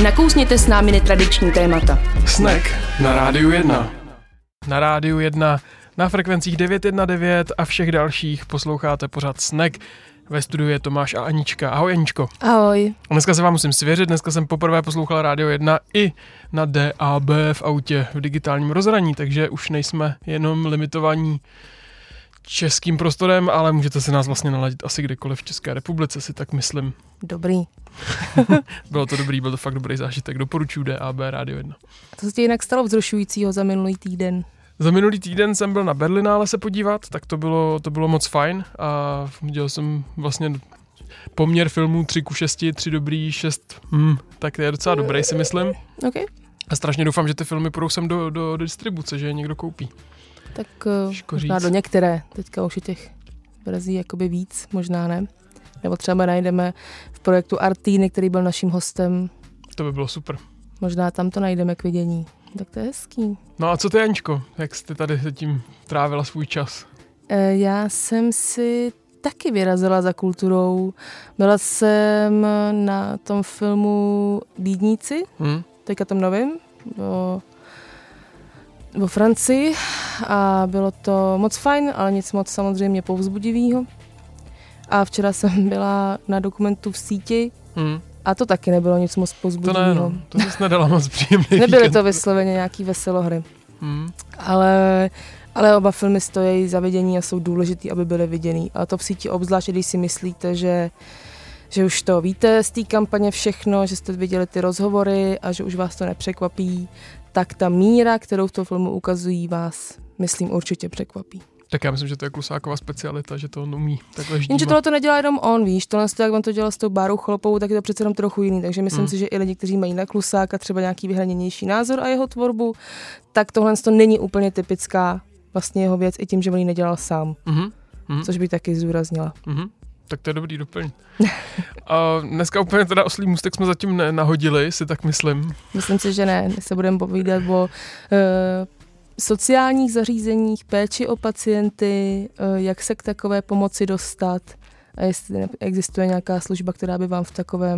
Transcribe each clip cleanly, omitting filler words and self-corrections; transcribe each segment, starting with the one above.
Nakousněte s námi netradiční témata. Snack na Rádiu 1. Na Rádiu 1, na frekvencích 919 a všech dalších posloucháte pořád Snack. Ve studiu je Tomáš a Anička. Ahoj Aničko. Ahoj. A dneska se vám musím svěřit, dneska jsem poprvé poslouchal Rádio 1 i na DAB v autě v digitálním rozhraní, takže už nejsme jenom limitovaní českým prostorem, ale můžete si nás vlastně naladit asi kdekoliv v České republice, si tak myslím. Dobrý. Bylo to dobrý, byl to fakt dobrý zážitek. Doporučuji DAB Rádio 1. Co se ti jinak stalo vzrušujícího za minulý týden? Za minulý týden jsem byl na Berlinále se podívat, tak to bylo moc fajn a viděl jsem vlastně poměr filmů 3:6, 3 dobrý, 6, tak to je docela dobrý, si myslím. Okay. A strašně doufám, že ty filmy půjdou sem do distribuce, že je někdo koupí. Tak možná do některé, teďka už je těch verzí jakoby víc, možná ne. Nebo třeba najdeme v projektu Artýny, který byl naším hostem. To by bylo super. Možná tam to najdeme k vidění. Tak to je hezký. No a co ty, Aničko? Jak jsi tady tím trávila svůj čas? Já jsem si taky vyrazila za kulturou. Byla jsem na tom filmu Bídníci, teďka tom novým, vo Francii a bylo to moc fajn, ale nic moc samozřejmě povzbudivého. A včera jsem byla na dokumentu V síti a to taky nebylo nic moc povzbudivého. To ne, no, to jsi nedala moc příjemný Nebyly víkend. to vysloveně nějaký veselohry. Ale oba filmy stojí za vidění a jsou důležitý, aby byly viděný. A to V síti obzvlášť, když si myslíte, že už to víte z té kampaně všechno, že jste viděli ty rozhovory a že už vás to nepřekvapí, tak ta míra, kterou v tom filmu ukazují, vás, myslím, určitě překvapí. Tak já myslím, že to je Klusákova specialita, že to on umí takhle ždímat. Jenže tohle to nedělá jenom on, víš, tohle jak on to dělal s tou Bárou Cholopovou, tak je to přece jenom trochu jiný, takže myslím si, že i lidi, kteří mají na Klusáka třeba nějaký vyhraněnější názor a jeho tvorbu, tak tohle to není úplně typická vlastně jeho věc i tím, že on ji nedělal sám, což bych taky zdůraznila. Tak to je dobrý doplň. A dneska úplně teda oslý můstek jsme zatím nahodili, si tak myslím. Myslím si, že ne. Dnes se budeme povídat o sociálních zařízeních, péči o pacienty, jak se k takové pomoci dostat a jestli existuje nějaká služba, která by vám v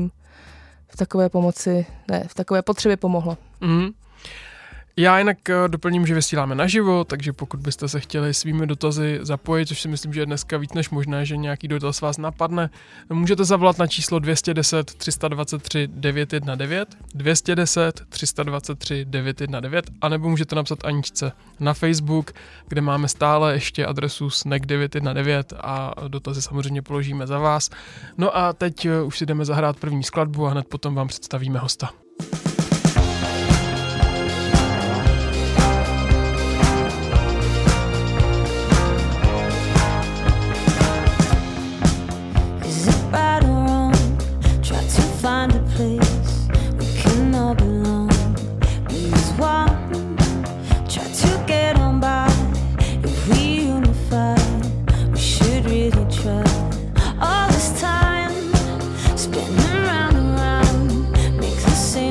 takové potřebě pomohla. Já jinak doplním, že vysíláme naživo, takže pokud byste se chtěli svými dotazy zapojit, což si myslím, že je dneska víc než možné, že nějaký dotaz vás napadne, můžete zavolat na číslo 210 323 919, 210 323 919, anebo můžete napsat Aničce na Facebook, kde máme stále ještě adresu Snack 919 a dotazy samozřejmě položíme za vás. No a teď už si jdeme zahrát první skladbu a hned potom vám představíme hosta. All this time spinning round and round, make the same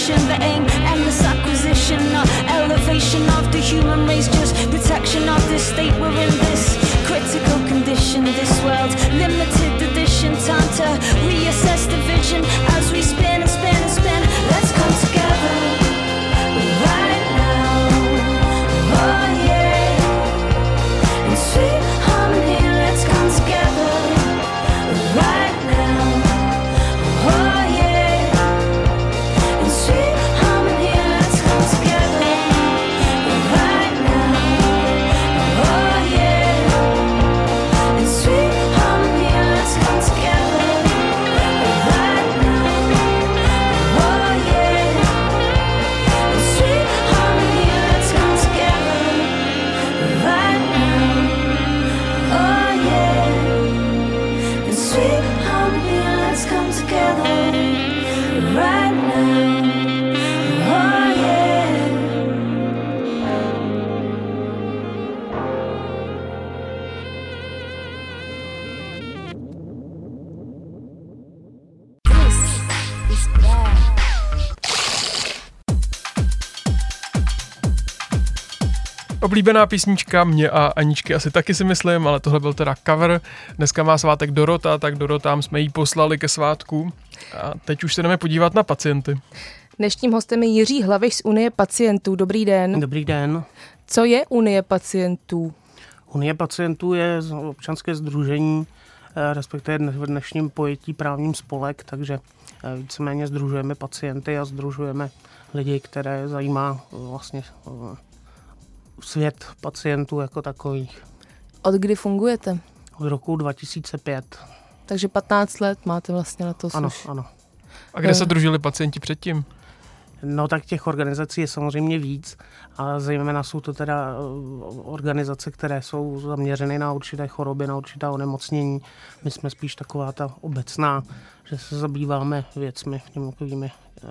ambition, the aim, endless acquisition, not elevation of the human race, just protection of this state. We're in this critical condition, this world, limited edition, time to reassess the vision as we spin and spin and spin. Let's come together right now, oh yeah, in sweet harmony. Let's come together right now, oh yeah, in sweet harmony. Let's come together right now, oh yeah, in sweet harmony. Let's come together right now, oh yeah, in sweet harmony. Let's come together right now, oh yeah, in sweet harmony. Let's come together right now, oh yeah. This is bad. Oblíbená písnička mě a Aničky asi taky si myslím, ale tohle byl teda cover. Dneska má svátek Dorota, tak Dorotám jsme jí poslali ke svátku. A teď už se jdeme podívat na pacienty. Dnešním hostem je Jiří Hlaviš z Unie pacientů. Dobrý den. Dobrý den. Co je Unie pacientů? Unie pacientů je občanské sdružení, respektive v dnešním pojetí právním spolek, takže víceméně sdružujeme pacienty a sdružujeme lidi, které zajímá vlastně svět pacientů jako takových. Od kdy fungujete? Od roku 2005. Takže 15 let máte vlastně na to Ano, už. ano. A kde se družili pacienti předtím? No tak těch organizací je samozřejmě víc a zejména jsou to teda organizace, které jsou zaměřeny na určité choroby, na určitá onemocnění. My jsme spíš taková ta obecná, že se zabýváme věcmi takovými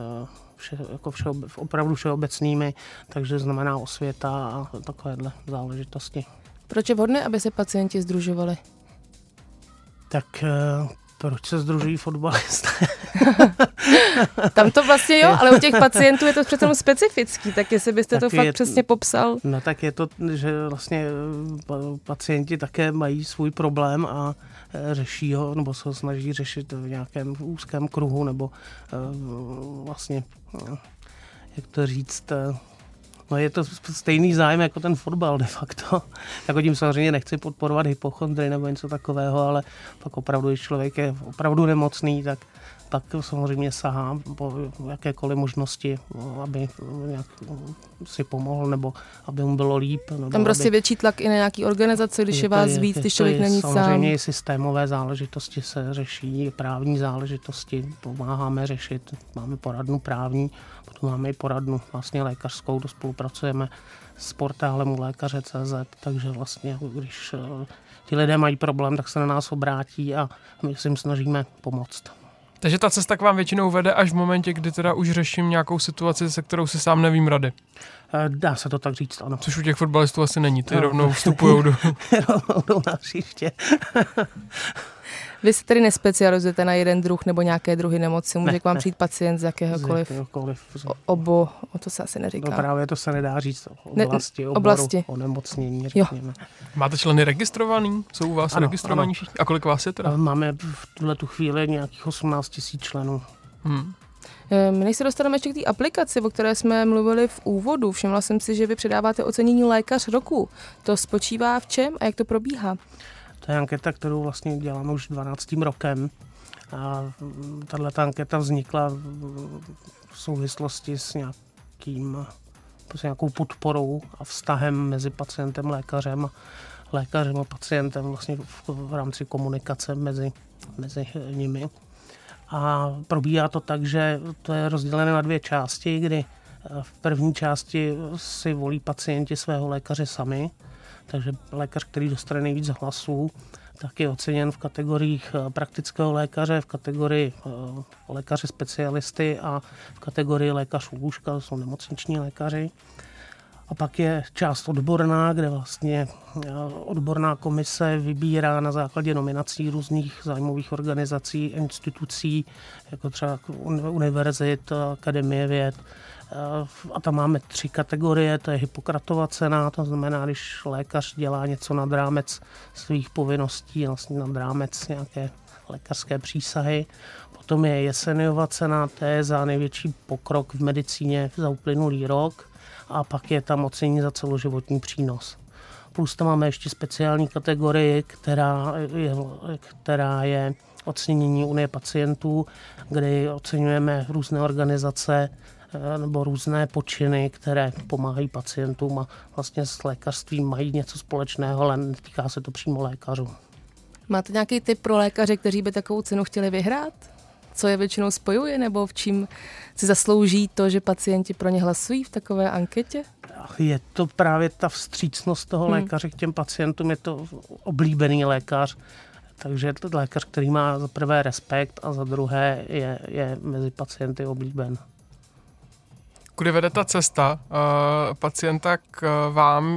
opravdu všeobecnými, takže znamená osvěta a takovéhle záležitosti. Proč je vhodné, aby se pacienti sdružovali? Tak proč se sdružují fotbalisté? Tam to vlastně jo, ale u těch pacientů je to přece jenom specifický, tak jestli byste to fakt přesně popsal. No tak je to, že vlastně pacienti také mají svůj problém a řeší ho, nebo se ho snaží řešit v nějakém úzkém kruhu, nebo vlastně, jak to říct, no je to stejný zájem jako ten fotbal de facto. Jako tím samozřejmě nechci podporovat hypochondry nebo něco takového, ale pak opravdu, když člověk je opravdu nemocný, tak pak samozřejmě sahá po jakékoliv možnosti, aby nějak si pomohl, nebo aby mu bylo líp. Nebo tam prostě větší tlak i na nějaký organizace, když je vás víc, když člověk není sám. Samozřejmě i systémové záležitosti se řeší, právní záležitosti pomáháme řešit. Máme poradnu právní, potom máme i poradnu vlastně lékařskou, to spolupracujeme s portálem u lékaře.cz, takže vlastně, když ti lidé mají problém, tak se na nás obrátí a my se jim snažíme pomoct. Takže ta cesta k vám většinou vede až v momentě, kdy teda už řeším nějakou situaci, se kterou si sám nevím rady. Dá se to tak říct, ano. Což u těch fotbalistů asi není, ty rovnou vstupujou rovnou na hřiště. Vy se tedy nespecializujete na jeden druh nebo nějaké druhy nemoci? Může k vám přijít pacient z jakéhokoliv obo, to se asi neříká. No právě to se nedá říct, oblasti, onemocnění, řekněme. Jo. Máte členy registrovaný? Jsou u vás registrovaní všichni? A kolik vás je teda? Máme v tuhletu chvíli nějakých 18 000 členů. Než se dostaneme ještě k té aplikaci, o které jsme mluvili v úvodu, všimla jsem si, že vy předáváte ocenění lékař roku. To spočívá v čem a jak to probíhá? To je anketa, kterou vlastně děláme už 12. rokem. A tato anketa vznikla v souvislosti s nějakou podporou a vztahem mezi pacientem, lékařem a pacientem vlastně v rámci komunikace mezi nimi. A probíhá to tak, že to je rozdělené na dvě části, kdy v první části si volí pacienti svého lékaře sami, takže lékař, který dostane nejvíc hlasů, tak je oceněn v kategoriích praktického lékaře, v kategorii lékaře specialisty a v kategorii lékařů lůžka, to jsou nemocniční lékaři. A A pak je část odborná, kde vlastně odborná komise vybírá na základě nominací různých zájmových organizací, institucí, jako třeba univerzit, akademie věd. A tam máme 3 kategorie, to je Hippokratova cena, to znamená, když lékař dělá něco nad rámec svých povinností, vlastně nad rámec nějaké lékařské přísahy. Potom je Jeseniova cena, to je za největší pokrok v medicíně za uplynulý rok. A pak je tam ocenění za celoživotní přínos. Plus tam máme ještě speciální kategorii, která je ocenění Unie pacientů, kdy oceňujeme různé organizace nebo různé počiny, které pomáhají pacientům a vlastně s lékařstvím mají něco společného, ale netýká se to přímo lékařů. Máte nějaký tip pro lékaře, kteří by takovou cenu chtěli vyhrát? Co je většinou spojuje, nebo v čím si zaslouží to, že pacienti pro ně hlasují v takové anketě? Je to právě ta vstřícnost toho lékaře k těm pacientům, je to oblíbený lékař, takže je to lékař, který má za prvé respekt a za druhé je mezi pacienty oblíben. Kudy vede ta cesta pacienta k vám,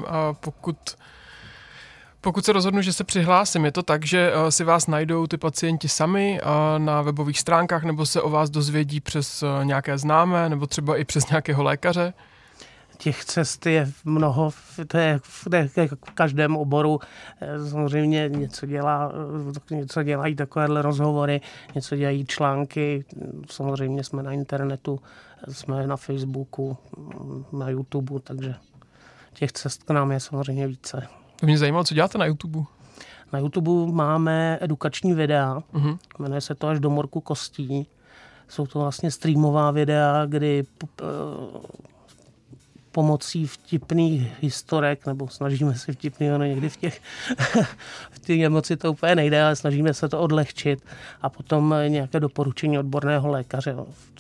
pokud se rozhodnu, že se přihlásím? Je to tak, že si vás najdou ty pacienti sami na webových stránkách, nebo se o vás dozvědí přes nějaké známé, nebo třeba i přes nějakého lékaře? Těch cest je mnoho, to je v každém oboru. Samozřejmě něco dělají takovéhle rozhovory, něco dělají články, samozřejmě jsme na internetu, jsme na Facebooku, na YouTube, takže těch cest k nám je samozřejmě více. To mě zajímalo, co děláte na YouTube? Na YouTube máme edukační videa, jmenuje se to Až do morku kostí. Jsou to vlastně streamová videa, kdy pomocí vtipných historek, nebo snažíme se vtipný, ono někdy v těch emoci to úplně nejde, ale snažíme se to odlehčit a potom nějaké doporučení odborného lékaře,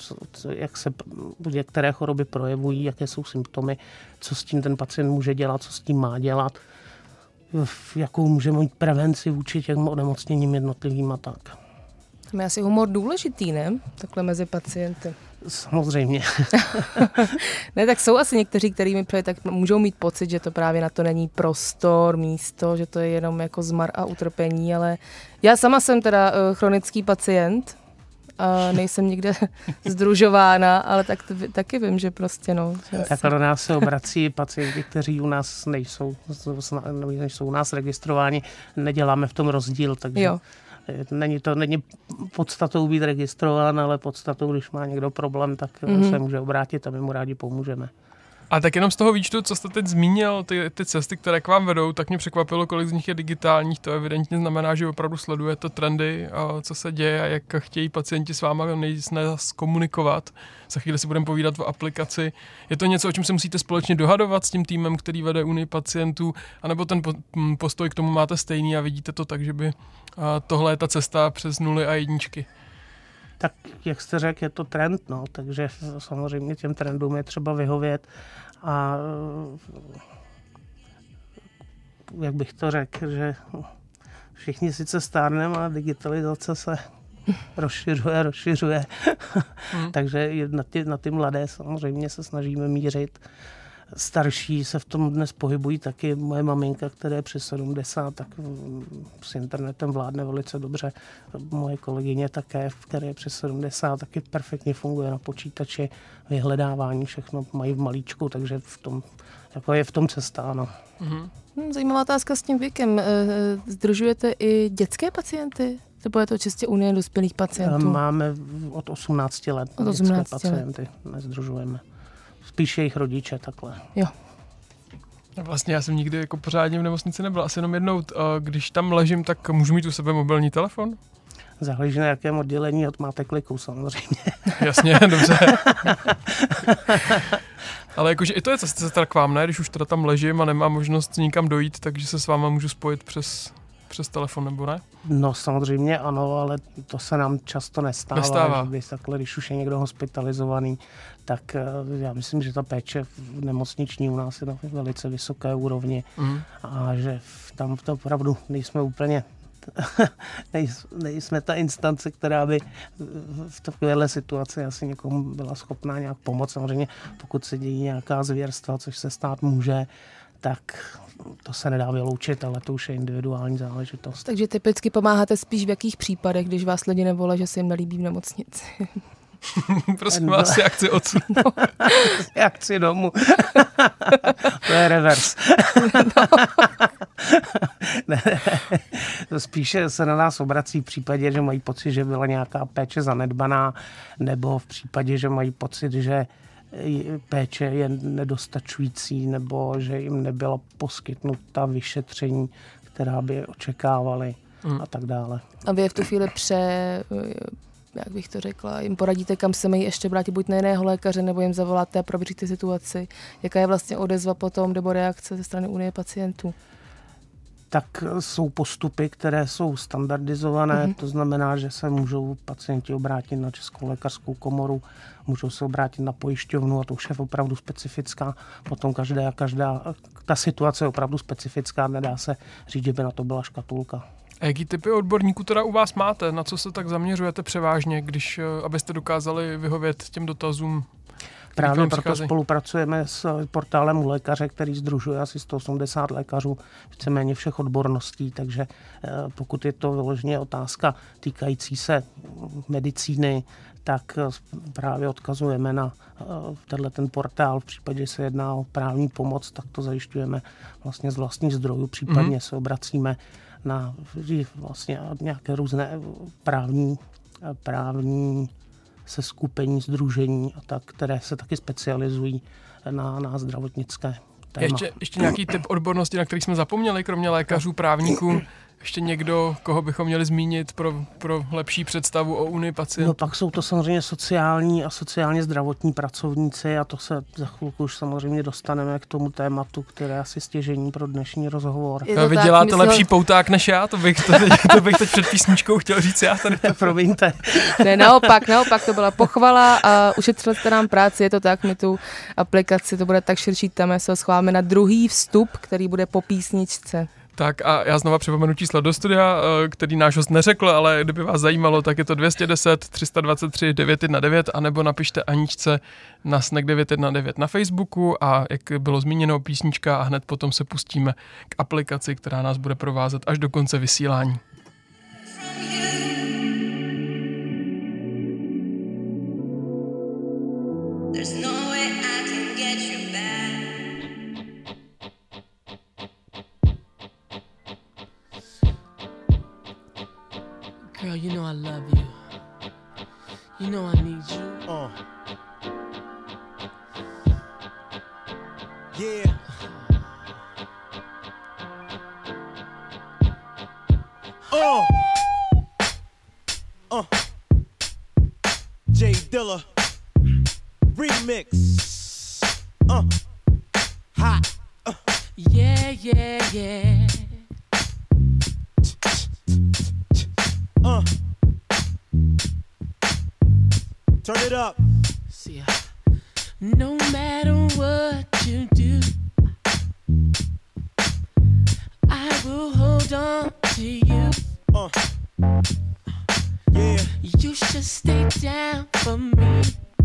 jak které choroby projevují, jaké jsou symptomy, co s tím ten pacient může dělat, co s tím má dělat, jakou můžeme mít prevenci vůči těm onemocněním jednotlivým a tak. Je asi humor důležitý, ne? Takhle mezi pacienty. Samozřejmě. Ne, tak jsou asi někteří, kteří mi tak můžou mít pocit, že to právě na to není prostor, místo, že to je jenom jako zmar a utrpení, ale já sama jsem teda chronický pacient a nejsem nikde sdružována, ale taky vím, že prostě Tak do nás se obrací pacienti, kteří u nás nejsou u nás registrováni, neděláme v tom rozdíl, takže... Jo. Není podstatou být registrován, ale podstatou, když má někdo problém, tak se může obrátit a my mu rádi pomůžeme. A tak jenom z toho výčtu, co jste teď zmínil, ty cesty, které k vám vedou, tak mě překvapilo, kolik z nich je digitálních. To evidentně znamená, že opravdu sledujete trendy, co se děje a jak chtějí pacienti s váma nejsnáz komunikovat. Za chvíli si budeme povídat o aplikaci. Je to něco, o čem se musíte společně dohadovat s tím týmem, který vede Unii pacientů, anebo ten postoj k tomu máte stejný a vidíte to tak, že by tohle je ta cesta přes 0 a 1? Tak, jak jste řekl, je to trend, takže samozřejmě těm trendům je třeba vyhovět a jak bych to řekl, že všichni sice stárneme, a digitalizace se rozšiřuje. Takže na ty mladé samozřejmě se snažíme mířit. Starší se v tom dnes pohybují taky. Moje maminka, která je přes 70, tak s internetem vládne velice dobře. Moje kolegyně také, která je přes 70, taky perfektně funguje na počítači, vyhledávání, všechno mají v malíčku, takže je v tom cesta, ano. Zajímavá otázka s tím věkem. Sdružujete i dětské pacienty? Nebo je to čistě Unie dospělých pacientů? Máme od 18 let dětské pacienty, nesdružujeme. Spíš jejich rodiče, takhle. Jo. Vlastně já jsem nikdy jako pořádně v nemocnici nebyl. Asi jenom jednou, když tam ležím, tak můžu mít u sebe mobilní telefon? Záleží na jakém oddělení máte kliku, samozřejmě. Jasně, dobře. Ale jakože i to je cesta k vám, ne? Když už teda tam ležím a nemám možnost nikam dojít, takže se s váma můžu spojit přes telefon, nebo ne? No samozřejmě ano, ale to se nám často nestává. Když už je někdo hospitalizovaný, tak já myslím, že ta péče nemocniční u nás je na velice vysoké úrovni a že tam to opravdu nejsme úplně nejsme ta instance, která by v takovéhle situaci asi někomu byla schopná nějak pomoct. Samozřejmě pokud se dějí nějaká zvěrstva, což se stát může, tak to se nedá vyloučit, ale to už je individuální záležitost. Takže typicky pomáháte spíš v jakých případech, když vás lidi nevolají, že se jim nelíbí v nemocnici? Prosím vás, si akci odsud. Akci domů. To je revers. Ne, spíše se na nás obrací v případě, že mají pocit, že byla nějaká péče zanedbaná, nebo v případě, že mají pocit, že péče je nedostačující, nebo že jim nebyla poskytnuta vyšetření, která by očekávali a tak dále. A vy v tu chvíli jak bych to řekla, jim poradíte, kam se mají ještě vrátit, buď na jiného lékaře, nebo jim zavoláte a prověříte situaci. Jaká je vlastně odezva potom, nebo reakce ze strany Unie pacientů? Tak jsou postupy, které jsou standardizované, to znamená, že se můžou pacienti obrátit na Českou lékařskou komoru, můžou se obrátit na pojišťovnu a to už je opravdu specifická. Potom každá ta situace je opravdu specifická, nedá se říct, že by na to byla škatulka. A jaký typy odborníků teda u vás máte? Na co se tak zaměřujete převážně, abyste dokázali vyhovět těm dotazům? Právě proto spolupracujeme s portálem U lékaře, který sdružuje asi 180 lékařů, víceméně všech odborností, takže pokud je to vyloženě otázka týkající se medicíny, tak právě odkazujeme na ten portál. V případě, že se jedná o právní pomoc, tak to zajišťujeme vlastně z vlastních zdrojů, případně se obracíme na vlastně nějaké různé právní seskupení, sdružení, a tak, které se taky specializují na zdravotnické téma. Ještě nějaký typ odbornosti, na který jsme zapomněli, kromě lékařů, právníků? Ještě někdo, koho bychom měli zmínit pro lepší představu o Unii pacientů? No pak jsou to samozřejmě sociální a sociálně zdravotní pracovníci a to se za chvilku už samozřejmě dostaneme k tomu tématu, které je asi stěžení pro dnešní rozhovor. Vy děláte lepší pouták než já? To bych teď před písničkou chtěl říct já tady. Promiňte. Ne, naopak, to byla pochvala a ušetřili jste nám práci, je to tak, my tu aplikaci, to bude tak širší téma, se ho schováme na druhý vstup, který bude po písničce. Tak a já znova připomenu číslo do studia, který náš host neřekl, ale kdyby vás zajímalo, tak je to 210 323 919, anebo napište Aničce na Snack 919 na Facebooku a jak bylo zmíněno, písnička a hned potom se pustíme k aplikaci, která nás bude provázet až do konce vysílání. Girl, you know I love you. You know I need you. Yeah. Jay Dilla remix. Hot. Yeah, yeah, yeah. Turn it up. See, no matter what you do, I will hold on to you. Yeah. You should stay down for me.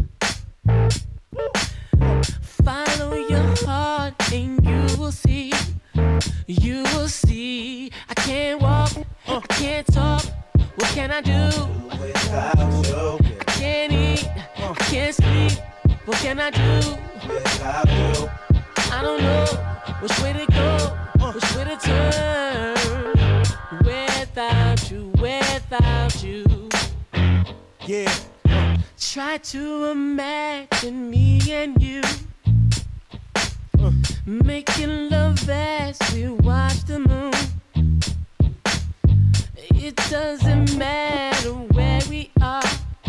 Follow your heart and you will see. You will see. I can't walk, I can't talk. What can I do without you? I can't eat, I can't sleep. What can I do without you? I don't know which way to go, which way to turn. Without you, without you. Yeah. Try to imagine me and you making love as we watch the moon. It doesn't matter where we are,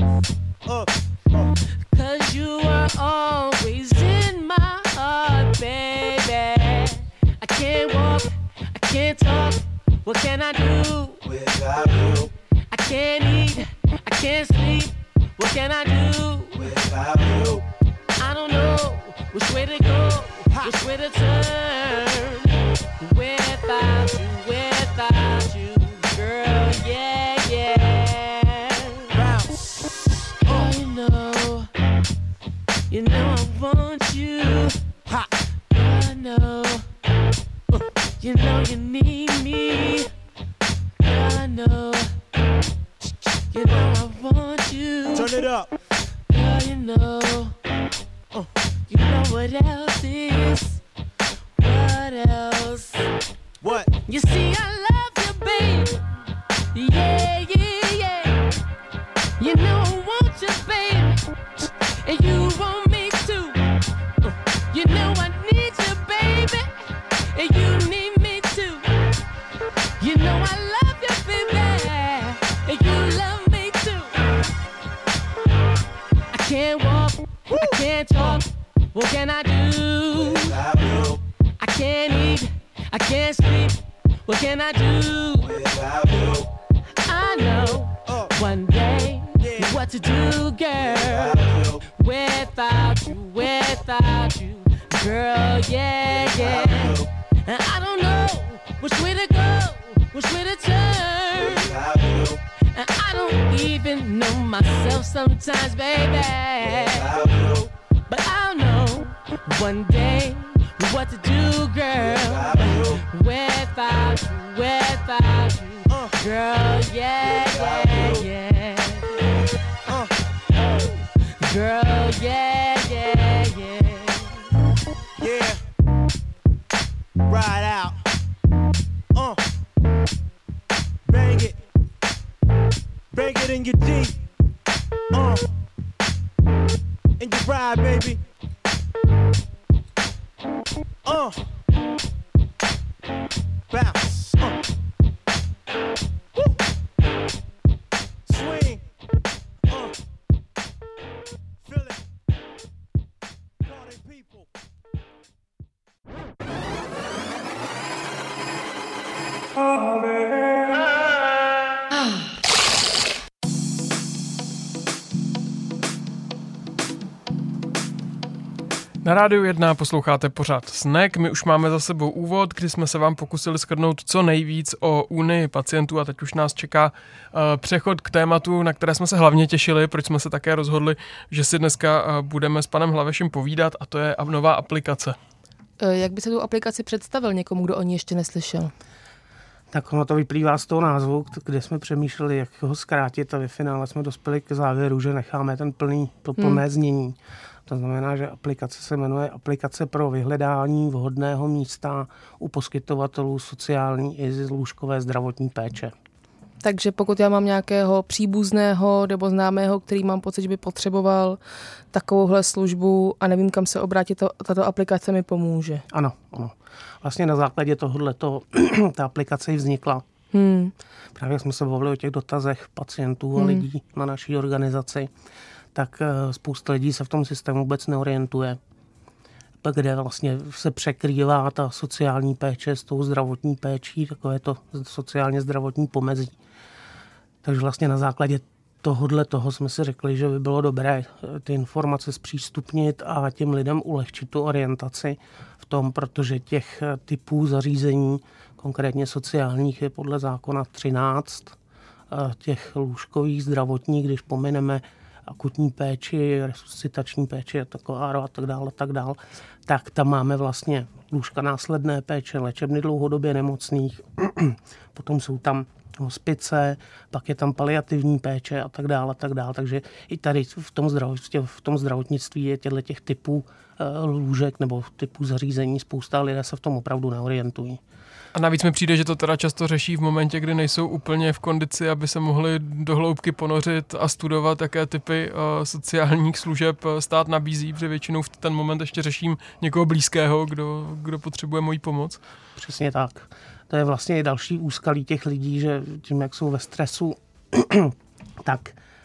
'cause you are always in my heart, baby. I can't walk, I can't talk. What can I do without you? I can't eat, I can't sleep. What can I do without you? I don't know which way to go, which way to turn. Without you, girl. You know you need me. Girl, I know. You know I want you. Turn it up. Girl, you know. You know what else is? What else? What? You see, I love you, babe. Yeah, yeah, yeah. You know I want you, babe. And you want me too. You know I need you, baby. And you need me too. You know I love you, baby. And you love me too. I can't walk, I can't talk. What can I do? I can't eat, I can't sleep. What can I do? I know one day what to do, girl. Without you, girl, yeah, yeah. And I don't know which way to go, which way to turn. And I don't even know myself sometimes, baby. But I'll know one day what to do, girl. Without you, girl, yeah, yeah, yeah. Girl, yeah, yeah, yeah. Yeah. Ride out. Bang it. Bang it in your D. In your ride, baby. Bounce. Woo. Swing. Feel it. Party people. Na Rádiu 1 posloucháte pořád Snack. My už máme za sebou úvod, kdy jsme se vám pokusili shrnout co nejvíc o unii pacientů a teď už nás čeká přechod k tématu, na které jsme se hlavně těšili, proč jsme se také rozhodli, že si dneska budeme s panem Hlavešem povídat, a to je nová aplikace. Jak by se tu aplikaci představil někomu, kdo o ní ještě neslyšel? Tak ono to vyplývá z toho názvu, kde jsme přemýšleli, jak ho zkrátit, a ve finále jsme dospěli k závěru, že necháme to plné znění. To znamená, že aplikace se jmenuje Aplikace pro vyhledání vhodného místa u poskytovatelů sociální i lůžkové zdravotní péče. Takže pokud já mám nějakého příbuzného nebo známého, který mám pocit, že by potřeboval takovouhle službu a nevím, kam se obrátit, tato aplikace mi pomůže. Ano. Vlastně na základě tohoto ta aplikace vznikla. Právě jsme se bavili o těch dotazech pacientů a lidí na naší organizaci, tak spousta lidí se v tom systému vůbec neorientuje, kde vlastně se překrývá ta sociální péče s tou zdravotní péčí, takové to sociálně zdravotní pomezí. Takže vlastně na základě toho jsme si řekli, že by bylo dobré ty informace zpřístupnit a těm lidem ulehčit tu orientaci v tom, protože těch typů zařízení, konkrétně sociálních, je podle zákona 13, těch lůžkových zdravotních, když pomineme akutní péči, resuscitační péči a tak dále, tak tam máme vlastně lůžka následné péče, léčebny dlouhodobě nemocných, potom jsou tam hospice, pak je tam paliativní péče a tak dále. Takže i tady v tom zdravotnictví je těch typů lůžek nebo typů zařízení spousta, lidé se v tom opravdu neorientují. A navíc mi přijde, že to teda často řeší v momentě, kdy nejsou úplně v kondici, aby se mohli do hloubky ponořit a studovat, jaké typy sociálních služeb stát nabízí, protože většinou v ten moment ještě řeším někoho blízkého, kdo potřebuje moji pomoc. Přesně tak. To je vlastně další úskalí těch lidí, že tím, jak jsou ve stresu, tak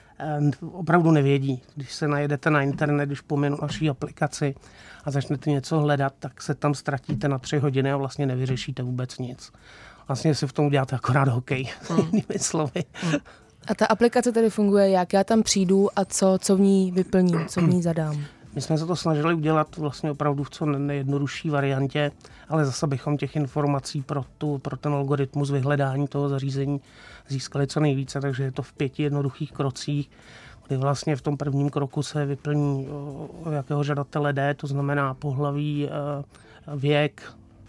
opravdu nevědí. Když se najedete na internet, když pominu naší aplikaci a začnete něco hledat, tak se tam ztratíte na 3 hodiny a vlastně nevyřešíte vůbec nic. Vlastně si v tom děláte akorát hokej, jinými slovy. A ta aplikace tedy funguje jak? Já tam přijdu a co v ní vyplním, co v ní zadám? My jsme se to snažili udělat vlastně opravdu v co nejjednodušší variantě, ale zase bychom těch informací pro ten algoritmus vyhledání toho zařízení získali co nejvíce, takže je to v 5 jednoduchých krocích, kdy vlastně v tom prvním kroku se vyplní, o jakého žadatele jde, to znamená pohlaví, věk,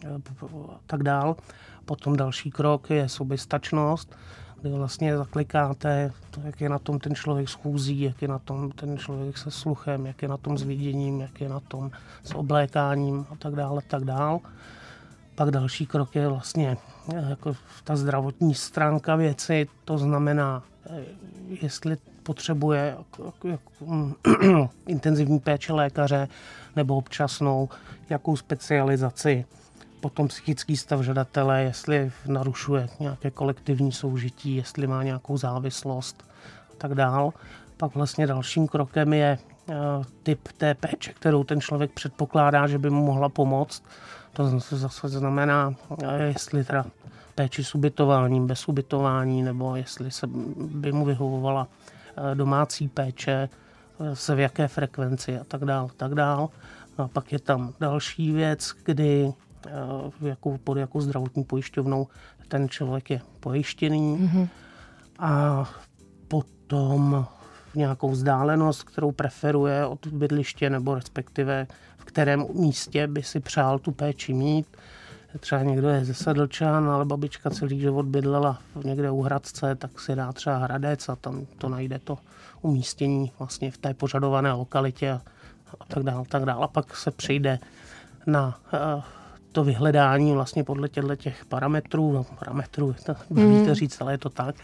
tak dál. Potom další krok je soběstačnost, kdy vlastně zaklikáte, jak je na tom ten člověk s chůzí, jak je na tom ten člověk se sluchem, jak je na tom s viděním, jak je na tom s oblékáním a tak dále, tak dál. Pak další krok je vlastně jako ta zdravotní stránka věci, to znamená, jestli potřebuje intenzivní péče lékaře nebo občasnou, jakou specializaci, potom psychický stav žadatele, jestli narušuje nějaké kolektivní soužití, jestli má nějakou závislost a tak dál. Pak vlastně dalším krokem je typ té péče, kterou ten člověk předpokládá, že by mu mohla pomoct. To zase znamená, jestli teda péči s ubytováním, bez ubytování, nebo jestli se by mu vyhovovala domácí péče, se v jaké frekvenci a tak dál, tak dál. No a pak je tam další věc, kdy pod jakou zdravotní pojišťovnou ten člověk je pojištěný a potom nějakou vzdálenost, kterou preferuje od bydliště nebo respektive v kterém místě by si přál tu péči mít. Třeba někdo je ze Sedlčan, ale babička celý život bydlela někde u Hradce, tak si dá třeba Hradec a tam to najde to umístění vlastně v té požadované lokalitě a tak dále, tak dále. A pak se přijde na to vyhledání vlastně podle těch parametrů, to víte říct, ale je to tak.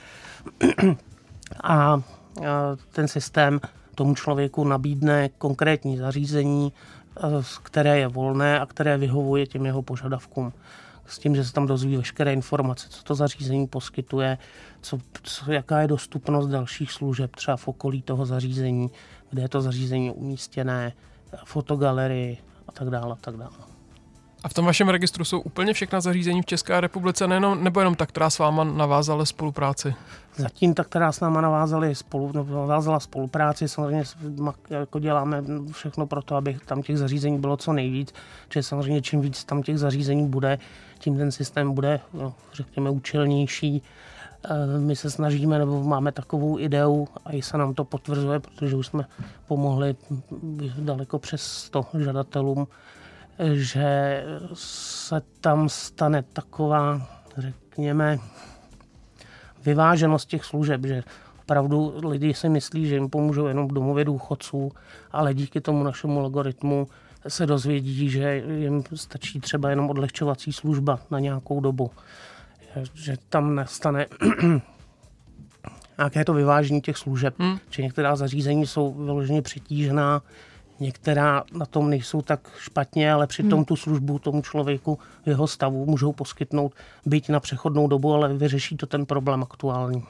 A ten systém tomu člověku nabídne konkrétní zařízení, které je volné a které vyhovuje těm jeho požadavkům. S tím, že se tam dozví veškeré informace, co to zařízení poskytuje, jaká je dostupnost dalších služeb třeba v okolí toho zařízení, kde je to zařízení umístěné, fotogalerii a tak dále, a tak dále. A v tom vašem registru jsou úplně všechna zařízení v České republice, nebo jenom ta, která s váma navázala spolupráci? Zatím ta, která s náma navázala spolupráci, samozřejmě jako děláme všechno pro to, aby tam těch zařízení bylo co nejvíc, protože samozřejmě čím víc tam těch zařízení bude, tím ten systém bude, řekněme, účelnější. My se snažíme, nebo máme takovou ideu, a i se nám to potvrzuje, protože už jsme pomohli daleko přes 100 žadatelům, že se tam stane taková, řekněme, vyváženost těch služeb, že opravdu lidi si myslí, že jim pomůžou jenom v domově důchodců, ale díky tomu našemu logaritmu se dozvědí, že jim stačí třeba jenom odlehčovací služba na nějakou dobu. Že tam nastane nějaké to vyvážení těch služeb, že některá zařízení jsou vyloženě přetížená, některá na tom nejsou tak špatně, ale přitom tu službu tomu člověku v jeho stavu můžou poskytnout, byť na přechodnou dobu, ale vyřeší to ten problém aktuální.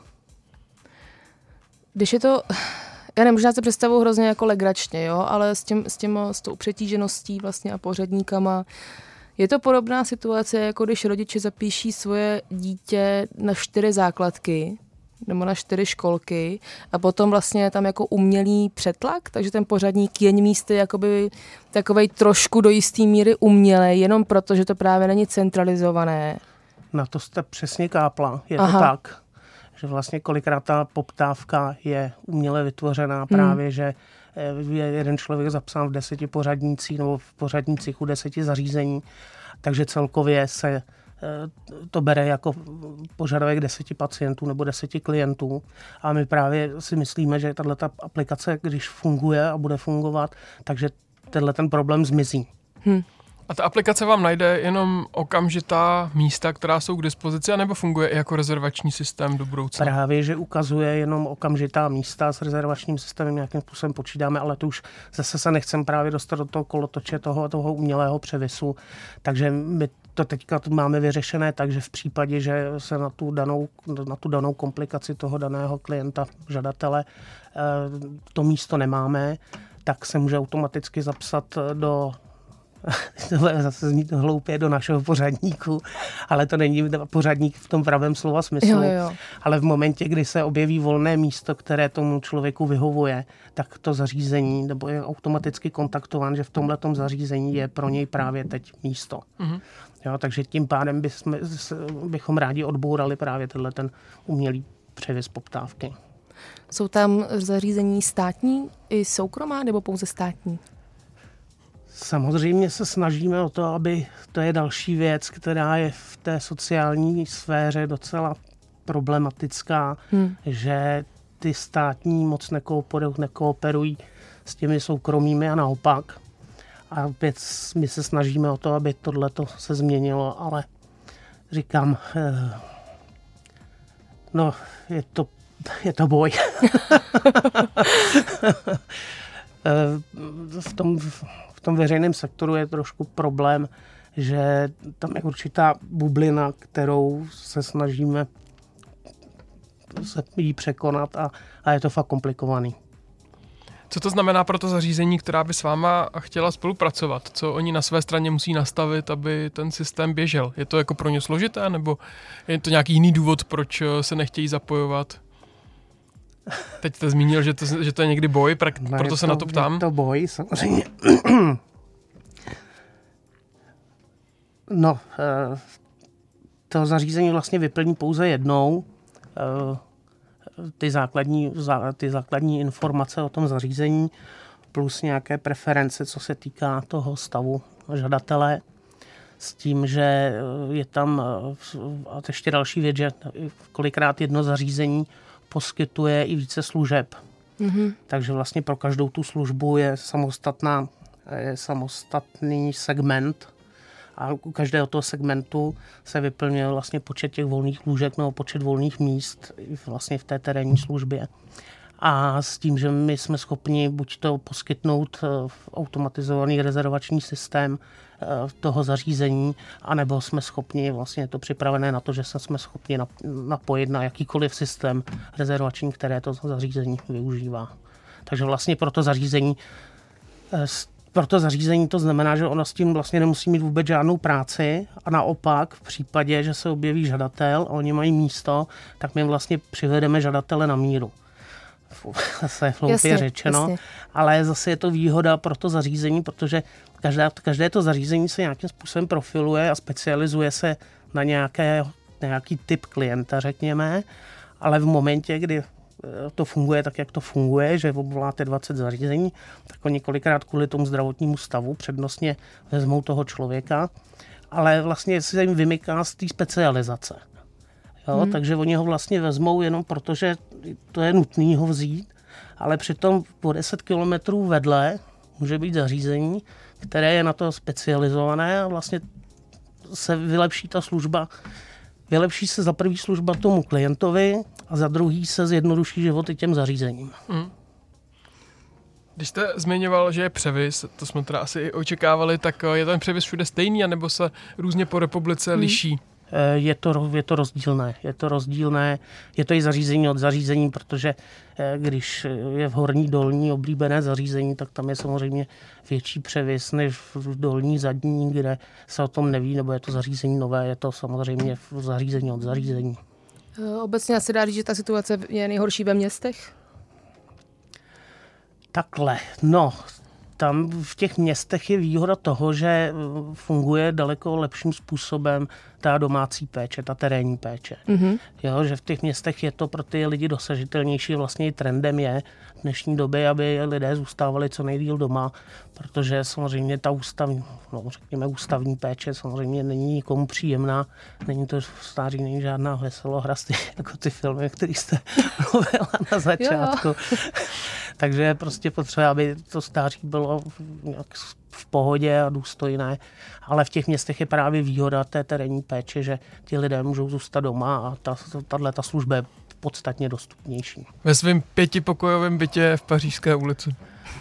Když je to, já nemůžu se představu hrozně jako legračně, jo, ale s tou přetížeností vlastně a pořadníkama, je to podobná situace, jako když rodiče zapíší svoje dítě na 4 základky, nebo na 4 školky a potom vlastně je tam jako umělý přetlak, takže ten pořadník je místy jakoby takovej trošku do jistý míry umělej, jenom proto, že to právě není centralizované. Na to jste přesně kápla. Je to tak, že vlastně kolikrát ta poptávka je uměle vytvořená právě, že je jeden člověk zapsán v 10 pořadnících nebo v pořadnících u 10 zařízení, takže celkově se to bere jako požadavek 10 pacientů nebo 10 klientů a my právě si myslíme, že tato aplikace, když funguje a bude fungovat, takže ten problém zmizí. A ta aplikace vám najde jenom okamžitá místa, která jsou k dispozici, anebo funguje i jako rezervační systém do budoucna? Právě, že ukazuje jenom okamžitá místa, s rezervačním systémem nějakým způsobem počítáme, ale to už zase se nechcem právě dostat do toho kolotoče toho umělého převisu, takže my to teďka máme vyřešené tak, že v případě, že se na tu danou komplikaci toho daného klienta, žadatele, to místo nemáme, tak se může automaticky zapsat zase zní to hloupě, do našeho pořadníku, ale to není pořadník v tom pravém slova smyslu. Jo. Ale v momentě, kdy se objeví volné místo, které tomu člověku vyhovuje, tak to zařízení, nebo je automaticky kontaktován, že v tomhletom zařízení je pro něj právě teď místo. Jo, takže tím pádem bychom rádi odbourali právě ten umělý převis poptávky. Jsou tam zařízení státní i soukromá, nebo pouze státní? Samozřejmě se snažíme o to, aby to je další věc, která je v té sociální sféře docela problematická, že ty státní moc nekooperují s těmi soukromými a naopak. A opět my se snažíme o to, aby tohleto se změnilo, ale říkám, no je to boj. V tom veřejném sektoru je trošku problém, že tam je určitá bublina, kterou se snažíme se jí překonat a je to fakt komplikovaný. Co to znamená pro to zařízení, která by s váma chtěla spolupracovat? Co oni na své straně musí nastavit, aby ten systém běžel? Je to jako pro ně složité, nebo je to nějaký jiný důvod, proč se nechtějí zapojovat? Teď jste zmínil, že to je někdy boj, proto se na to ptám. Je to boj, samozřejmě. No, to zařízení vlastně vyplní pouze jednou. Ty základní informace o tom zařízení plus nějaké preference, co se týká toho stavu žadatele, s tím, že je tam a ještě další věc, že kolikrát jedno zařízení poskytuje i více služeb. Mm-hmm. Takže vlastně pro každou tu službu je samostatný segment a u každého toho segmentu se vyplňuje vlastně počet těch volných lůžek nebo počet volných míst vlastně v té terénní službě. A s tím, že my jsme schopni buď to poskytnout automatizovaný rezervační systém toho zařízení, anebo jsme schopni, vlastně je to připravené na to, že jsme schopni napojit na jakýkoliv systém rezervační, které to zařízení využívá. Takže vlastně pro to zařízení to znamená, že ona s tím vlastně nemusí mít vůbec žádnou práci a naopak v případě, že se objeví žadatel a oni mají místo, tak my vlastně přivedeme žadatele na míru. Zase hloupě řečeno, jasně. Ale zase je to výhoda pro to zařízení, protože každé to zařízení se nějakým způsobem profiluje a specializuje se na nějaký typ klienta, řekněme, ale v momentě, kdy to funguje tak, jak to funguje, že obvoláte 20 zařízení, tak oni kolikrát kvůli tomu zdravotnímu stavu přednostně vezmou toho člověka, ale vlastně se jim vymyká z té specializace. Jo, takže oni ho vlastně vezmou jenom proto, že to je nutný ho vzít, ale přitom po 10 kilometrů vedle může být zařízení, které je na to specializované a vlastně se vylepší ta služba. Vylepší se za první služba tomu klientovi a za druhý se zjednoduší životy těm zařízením. Když jste zmiňoval, že je převis, to jsme teda asi očekávali, tak je ten převis všude stejný, anebo se různě po republice liší? Je to rozdílné. Je to i zařízení od zařízení, protože když je v horní dolní oblíbené zařízení, tak tam je samozřejmě větší převis než v dolní zadní, kde se o tom neví, nebo je to zařízení nové, je to samozřejmě zařízení od zařízení. Obecně asi dá říct, že ta situace je nejhorší ve městech? Takhle, no, tam v těch městech je výhoda toho, že funguje daleko lepším způsobem ta domácí péče, ta terénní péče. Mm-hmm. Jo, že v těch městech je to pro ty lidi dosažitelnější, vlastně i trendem je v dnešní době, aby lidé zůstávali co nejdýl doma, protože samozřejmě ta ústavní péče samozřejmě není nikomu příjemná, není to stáří, není žádná veselohra, jako ty filmy, které jste mluvila na začátku. Takže je prostě potřeba, aby to stáří bylo nějak v pohodě a důstojné, ale v těch městech je právě výhoda té terénní péče, že ti lidé můžou zůstat doma a ta služba je podstatně dostupnější. Ve svém 5pokojovém bytě v Pařížské ulici.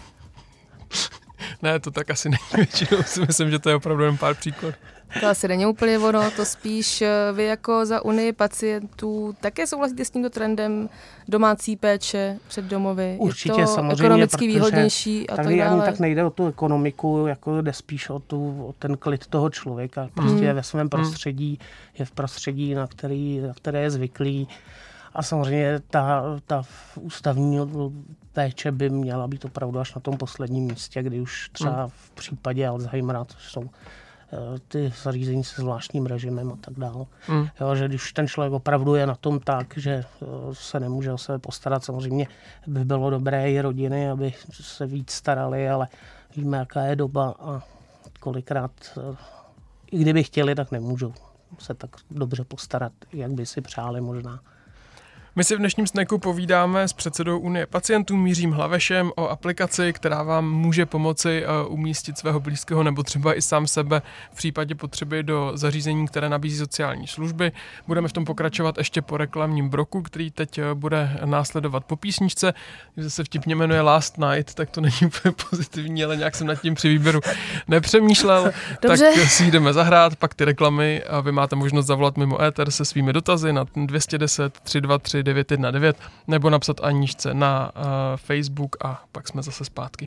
Ne, to tak asi není většinou. Myslím, že to je opravdu jen pár příkladů. To asi není úplně ono, to spíš vy jako za Unii pacientů také souhlasíte s tímto trendem domácí péče před domovy? Určitě, je to samozřejmě, ekonomicky výhodnější a tak dále? Ani tak nejde o tu ekonomiku, jako jde spíš o ten klid toho člověka. Prostě je ve svém prostředí, je v prostředí, na které je zvyklý. A samozřejmě ta ústavní péče by měla být opravdu až na tom posledním místě, kdy už třeba v případě Alzheimera, což jsou ty zařízení se zvláštním režimem a tak dále. Jo, že když ten člověk opravdu je na tom tak, že se nemůže o sebe postarat, samozřejmě by bylo dobré i rodiny, aby se víc starali, ale víme, jaká je doba a kolikrát, i kdyby chtěli, tak nemůžou se tak dobře postarat, jak by si přáli možná. My si v dnešním Sneku povídáme s předsedou Unie pacientů Jiřím Hlavešem o aplikaci, která vám může pomoci umístit svého blízkého nebo třeba i sám sebe v případě potřeby do zařízení, které nabízí sociální služby. Budeme v tom pokračovat ještě po reklamním bloku, který teď bude následovat po písničce. Když se vtipně jmenuje Last Night, tak to není úplně pozitivní, ale nějak jsem nad tím při výběru nepřemýšlel. Dobře. Tak si jdeme zahrát, pak ty reklamy a vy máte možnost zavolat mimo éter se svými dotazy na 210 323 919 nebo napsat Aničce na Facebook a pak jsme zase zpátky.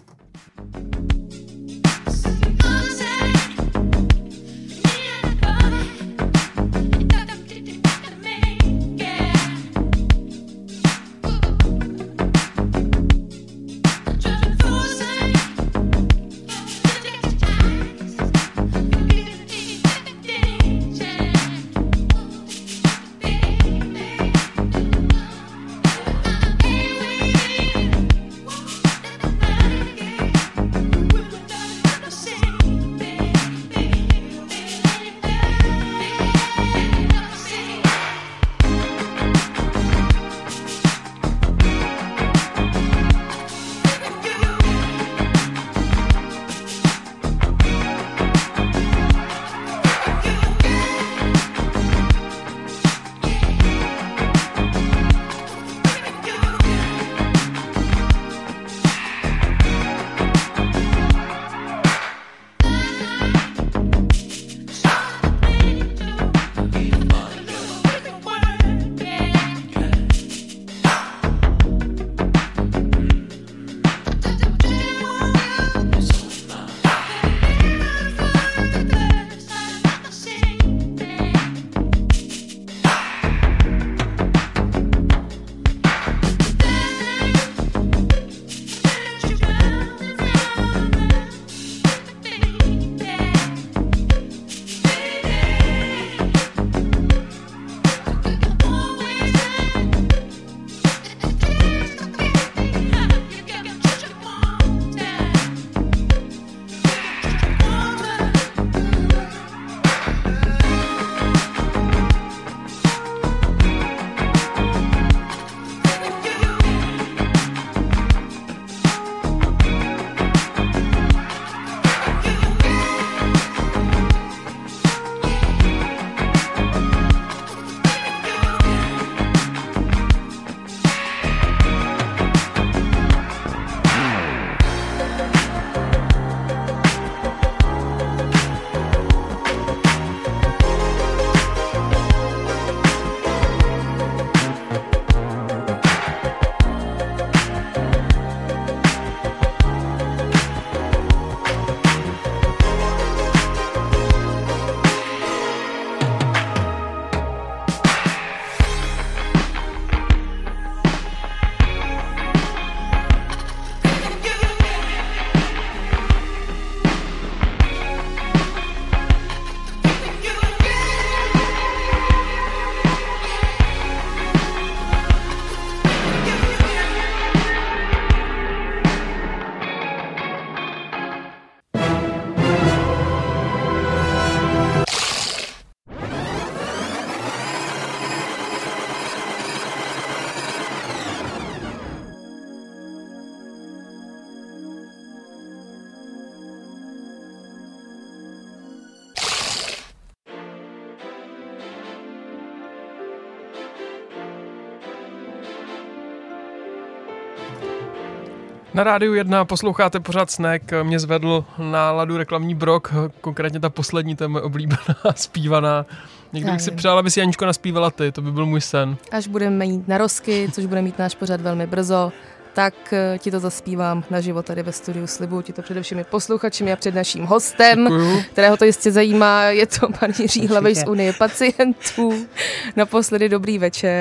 Na Rádiu 1 posloucháte pořád Snack. Mě zvedl náladu reklamní brok, konkrétně ta poslední, ta moje oblíbená, zpívaná. Někdy bych si přála, aby si Aničko naspívala ty, to by byl můj sen. Až budeme mít narozky, což bude mít náš pořad velmi brzo, tak ti to zaspívám naživo tady ve studiu. Slibuju ti to především i posluchačům a před naším hostem, kterého to jistě zajímá. Je to pan Jiří Hlaveš z Unie pacientů. Naposledy dobrý večer.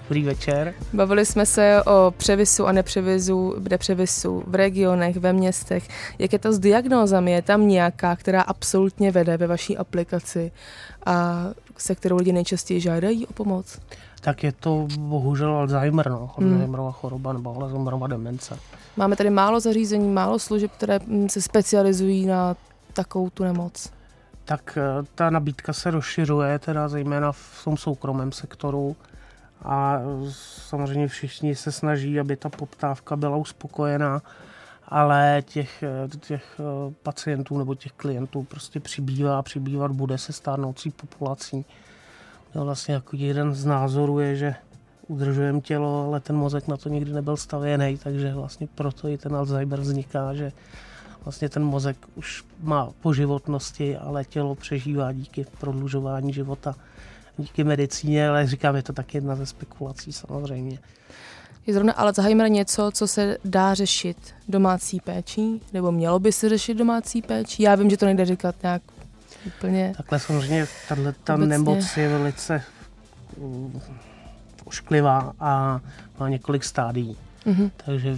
Dobrý večer. Bavili jsme se o převisu a nepřevisu v regionech, ve městech. Jak je to s diagnózami? Je tam nějaká, která absolutně vede ve vaší aplikaci a se kterou lidi nejčastěji žádají o pomoc? Tak je to bohužel Alzheimer, Alzheimerova choroba nebo Alzheimerova demence. Máme tady málo zařízení, málo služeb, které se specializují na takovou tu nemoc. Tak ta nabídka se rozšiřuje, teda zejména v tom soukromém sektoru. A samozřejmě všichni se snaží, aby ta poptávka byla uspokojená, ale těch pacientů nebo těch klientů prostě přibývat bude se stárnoucí populací. Vlastně jako jeden z názorů je, že udržujeme tělo, ale ten mozek na to nikdy nebyl stavěný, takže vlastně proto i ten Alzheimer vzniká, že vlastně ten mozek už má po životnosti, ale tělo přežívá díky prodlužování života, díky medicíně, ale říkám, je to taky jedna ze spekulací samozřejmě. Je zrovna Alzheimer něco, co se dá řešit domácí péčí? Nebo mělo by se řešit domácí péčí? Já vím, že to nejde říkat nějak úplně. Takhle samozřejmě ta nemoc je velice ošklivá a má několik stádií. Mm-hmm. Takže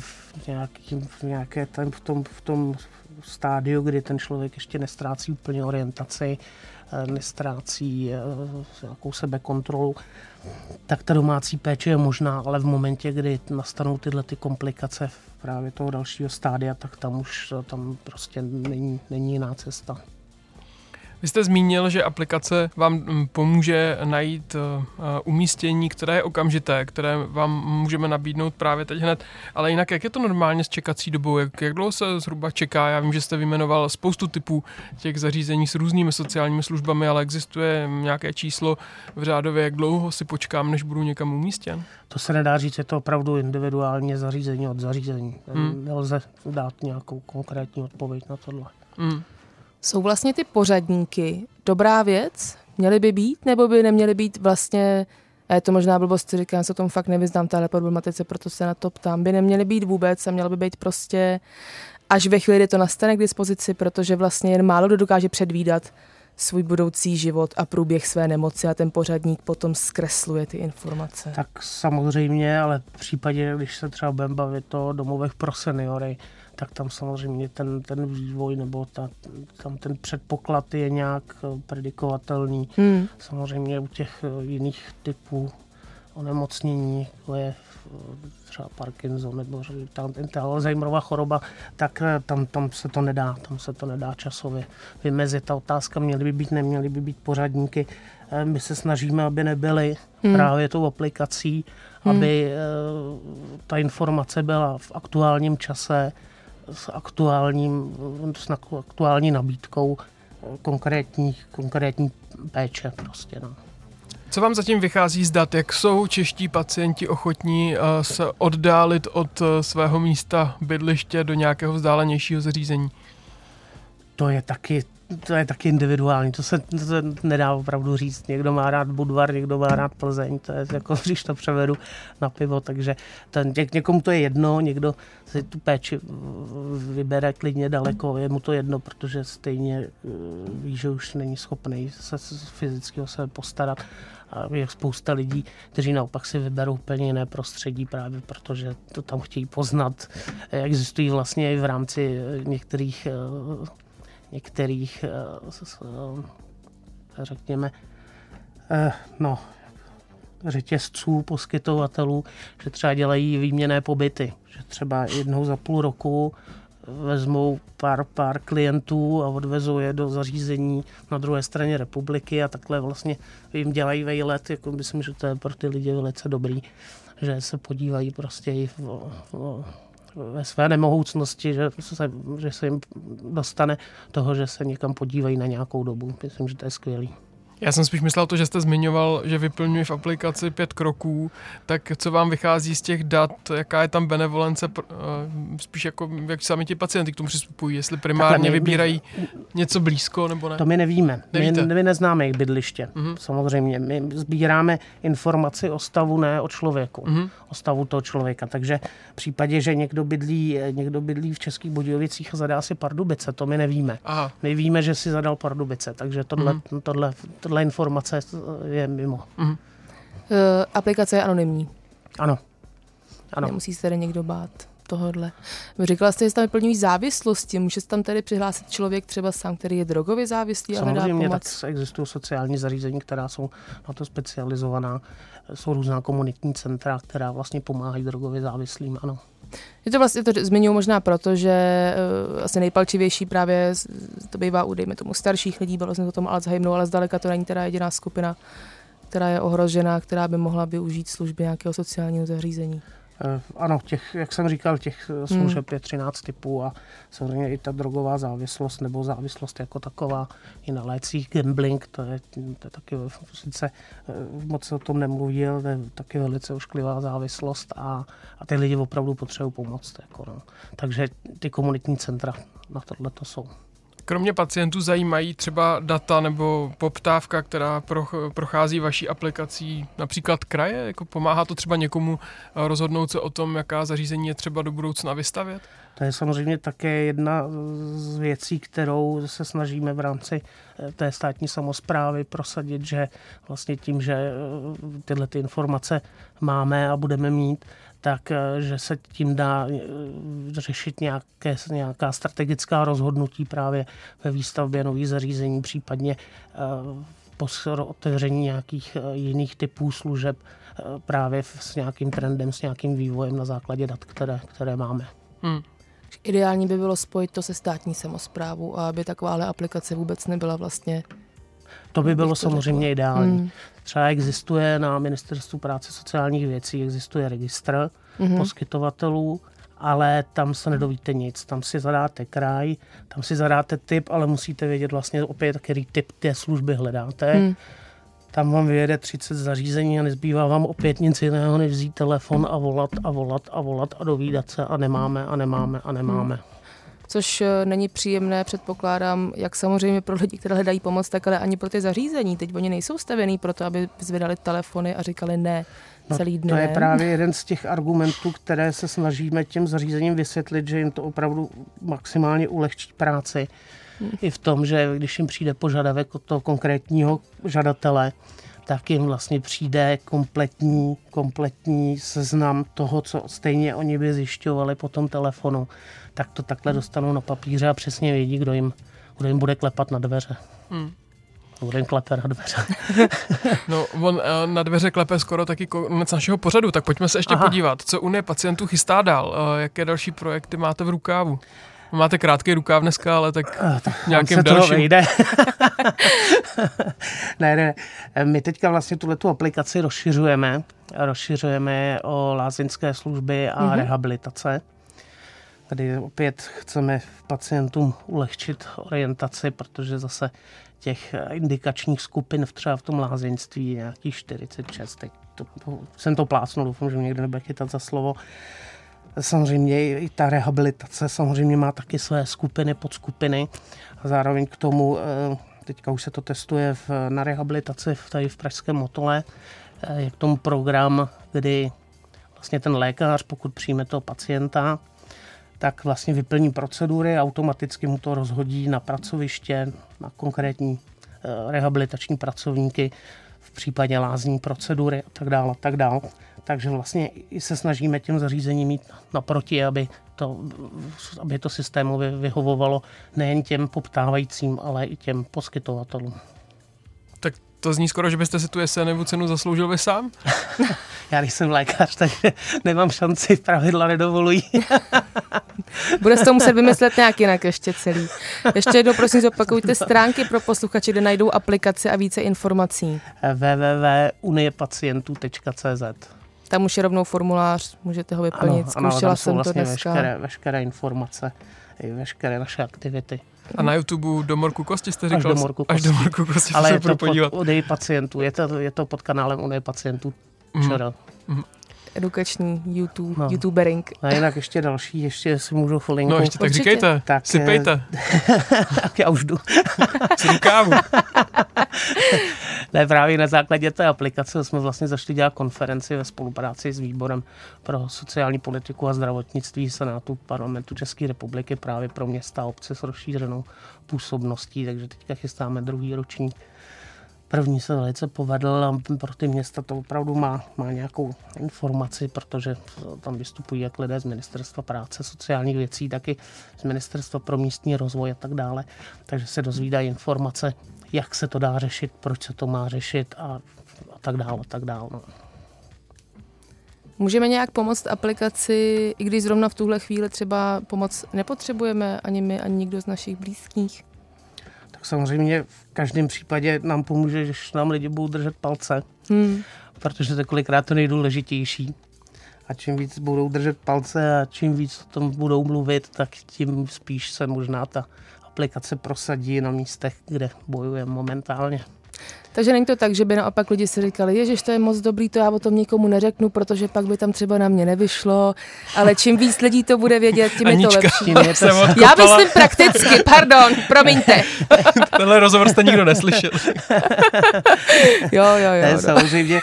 v tom stádiu, kdy ten člověk ještě nestrácí úplně orientaci, nestrácí nějakou sebekontrolu, tak ta domácí péče je možná, ale v momentě, kdy nastanou tyhle ty komplikace právě toho dalšího stádia, tak tam prostě není jiná cesta. Vy jste zmínil, že aplikace vám pomůže najít umístění, které je okamžité, které vám můžeme nabídnout právě teď hned. Ale jinak, jak je to normálně s čekací dobou? Jak dlouho se zhruba čeká? Já vím, že jste vyjmenoval spoustu typů těch zařízení s různými sociálními službami, ale existuje nějaké číslo v řádově, jak dlouho si počkám, než budu někam umístěn? To se nedá říct, je to opravdu individuálně zařízení od zařízení. Nelze dát nějakou konkrétní odpověď na tohle. Jsou vlastně ty pořadníky dobrá věc? Měly by být, nebo by neměly být vlastně, a je to možná blbost, říkám, se o tom fakt nevyznám téhle problematice, proto se na to ptám, by neměly být vůbec a mělo by být prostě až ve chvíli, kdy to nastane k dispozici, protože vlastně jen málo kdo dokáže předvídat svůj budoucí život a průběh své nemoci a ten pořadník potom zkresluje ty informace. Tak samozřejmě, ale v případě, když se třeba budeme bavit o domovech pro seniory, tak tam samozřejmě ten vývoj nebo tam ten předpoklad je nějak predikovatelný. Samozřejmě u těch jiných typů onemocnění, jako je třeba Parkinson nebo ta Alzheimerova choroba, tak tam se to nedá časově vymezit. Ta otázka, měly by být, neměly by být pořadníky. My se snažíme, aby nebyly právě tou aplikací, aby ta informace byla v aktuálním čase, s aktuální nabídkou konkrétní péče prostě. No. Co vám zatím vychází z dat? Jak jsou čeští pacienti ochotní se oddálit od svého místa bydliště do nějakého vzdálenějšího zařízení? To je taky individuální, to se nedá opravdu říct. Někdo má rád Budvar, někdo má rád Plzeň, to je jako, když to převedu na pivo, takže někomu to je jedno, někdo si tu péči vybere klidně daleko, je mu to jedno, protože stejně ví, že už není schopný se fyzicky o sebe postarat. A je spousta lidí, kteří naopak si vyberou úplně jiné prostředí právě protože to tam chtějí poznat. Existují vlastně i v rámci některých řekněme, řetězců, poskytovatelů, že třeba dělají výměnné pobyty, že třeba jednou za půl roku vezmou pár klientů a odvezou je do zařízení na druhé straně republiky a takhle vlastně jim dělají vejlet, jako myslím, že to je pro ty lidi velice dobrý, že se podívají prostě i ve své nemohoucnosti, že se jim dostane toho, že se někam podívají na nějakou dobu. Myslím, že to je skvělý. Já jsem spíš myslel to, že jste zmiňoval, že vyplňuji v aplikaci 5 kroků, tak co vám vychází z těch dat, jaká je tam benevolence, spíš jako jak sami ti pacienti k tomu přistupují, jestli primárně vybírají něco blízko nebo ne? To my nevíme. My neznáme jejich bydliště. Samozřejmě. My sbíráme informaci o stavu, ne o člověku. O stavu toho člověka. Takže v případě, že někdo bydlí v Českých Budějovicích a zadá si Pardubice, to my nevíme. Aha. My víme, že si zadal Pardubice, takže tohle informace je mimo. Aplikace je anonymní. Ano. Nemusí se tady někdo bát tohodle. Říkala jste, že tam vyplňují závislosti. Může se tam tedy přihlásit člověk třeba sám, který je drogově závislý a hledá pomoc? Samozřejmě, tak existují sociální zařízení, která jsou na to specializovaná. Jsou různá komunitní centra, která vlastně pomáhají drogově závislým, ano. Je to vlastně, to zmiňuji možná proto, že asi nejpalčivější právě to bývá u, dejme tomu, starších lidí, bylo jsem o tom Alzheimeru, ale zdaleka to není teda jediná skupina, která je ohrožená, která by mohla využít služby nějakého sociálního zařízení. Ano, jak jsem říkal, těch služeb je 13 typů a samozřejmě i ta drogová závislost nebo závislost jako taková i na lécích, gambling, to je taky sice moc se o tom nemluví, ale to je taky velice ošklivá závislost a ty lidi opravdu potřebují pomoct. Jako, no. Takže ty komunitní centra na tohle to jsou. Kromě pacientů zajímají třeba data nebo poptávka, která prochází vaší aplikací, například kraje? Jako pomáhá to třeba někomu rozhodnout se o tom, jaká zařízení je třeba do budoucna vystavět? To je samozřejmě také jedna z věcí, kterou se snažíme v rámci té státní samosprávy prosadit, že vlastně tím, že tyhle ty informace máme a budeme mít, tak že se tím dá řešit nějaká strategická rozhodnutí právě ve výstavbě nových zařízení, případně otevření nějakých jiných typů služeb právě s nějakým trendem, s nějakým vývojem na základě dat, které máme. Ideální by bylo spojit to se státní samosprávou a aby takováhle aplikace vůbec nebyla vlastně... To by bylo samozřejmě ideální. Třeba existuje na Ministerstvu práce sociálních věcí, existuje registr poskytovatelů, ale tam se nedovíte nic. Tam si zadáte kraj, tam si zadáte typ, ale musíte vědět vlastně opět, který typ té služby hledáte. Tam vám vyjede 30 zařízení a nezbývá vám opět nic jiného, než vzít telefon a volat a dovídat se a nemáme. Což není příjemné, předpokládám, jak samozřejmě pro lidi, kteří hledají pomoc, tak ale ani pro ty zařízení. Teď oni nejsou stavěný pro to, aby zvedali telefony a říkali ne celý den. To je právě jeden z těch argumentů, které se snažíme těm zařízením vysvětlit, že jim to opravdu maximálně ulehčí práci. I v tom, že když jim přijde požadavek od toho konkrétního žadatele, tak jim vlastně přijde kompletní seznam toho, co stejně oni by zjišťovali po tom telefonu. Tak to takhle dostanou na papíře a přesně vědí, kdo jim bude klepat na dveře. Kdo jim klepe na dveře. No, on na dveře klepe skoro taky konec našeho pořadu, tak pojďme se ještě podívat, co Unie pacientů chystá dál. Jaké další projekty máte v rukávu? Máte krátký rukáv dneska, ale tak nějakým dalším. Ne. My teďka vlastně tuhletu aplikaci rozšiřujeme o lázeňské služby a rehabilitace. Tady opět chceme pacientům ulehčit orientaci, protože zase těch indikačních skupin třeba v tom lázeňství je nějakých 46. Teď jsem to plácnul, doufám, že mě někdo nebude chytat za slovo. Samozřejmě i ta rehabilitace samozřejmě má taky své skupiny, podskupiny a zároveň k tomu, teďka už se to testuje na rehabilitaci tady v pražském Motole, je k tomu program, kdy vlastně ten lékař, pokud přijme toho pacienta, tak vlastně vyplní procedury a automaticky mu to rozhodí na pracoviště, na konkrétní rehabilitační pracovníky, v případě lázní procedury a tak dále. Takže vlastně i se snažíme těm zařízením mít naproti, aby to systémově vyhovovalo nejen těm poptávajícím, ale i těm poskytovatelům. Tak to zní skoro, že byste si tu SNV cenu zasloužil vy sám? Já nejsem lékař, takže nemám šanci, pravidla nedovolují. Bude se to muset vymyslet nějak jinak ještě celý. Ještě jednou prosím zopakujte stránky pro posluchače, kde najdou aplikaci a více informací. www.uniepacientů.cz. Tam už je rovnou formulář, můžete ho vyplnit. Zkoušela jsem vlastně to dneska. Veškeré informace, i veškeré naše aktivity. A na YouTube do morku kosti jste říkal? Až do morku kosti. Ale je to podívat. pod Unii pacientů, je to pod kanálem Unie pacientů. Edukační youtubering. A jinak ještě další, ještě si můžu chvilinku. No ještě tak říkejte, sypejte. Tak já už jdu. Z rukávu. Ne, právě na základě té aplikace jsme vlastně zašli dělat konferenci ve spolupráci s Výborem pro sociální politiku a zdravotnictví Senátu Parlamentu České republiky právě pro města a obce s rozšířenou působností, takže teďka chystáme druhý ročník. První se velice povedl a pro ty města to opravdu má nějakou informaci, protože tam vystupují jak lidé z Ministerstva práce, sociálních věcí, tak i z Ministerstva pro místní rozvoj a tak dále. Takže se dozvídají informace, jak se to dá řešit, proč se to má řešit a tak dále, tak dále. No. Můžeme nějak pomoct aplikaci, i když zrovna v tuhle chvíli třeba pomoc nepotřebujeme, ani my, ani nikdo z našich blízkých? Tak samozřejmě v každém případě nám pomůže, když nám lidi budou držet palce, protože to je kolikrát to nejdůležitější. A čím víc budou držet palce a čím víc o tom budou mluvit, tak tím spíš se možná ta aplikace prosadí na místech, kde bojujeme momentálně. Takže není to tak, že by naopak lidi si říkali, ježiš, to je moc dobrý, to já o tom nikomu neřeknu, protože pak by tam třeba na mě nevyšlo, ale čím víc lidí to bude vědět, tím je to lepší. Já myslím prakticky, pardon, promiňte. Tenhle rozhovor jste nikdo neslyšel. Jo. To je samozřejmě.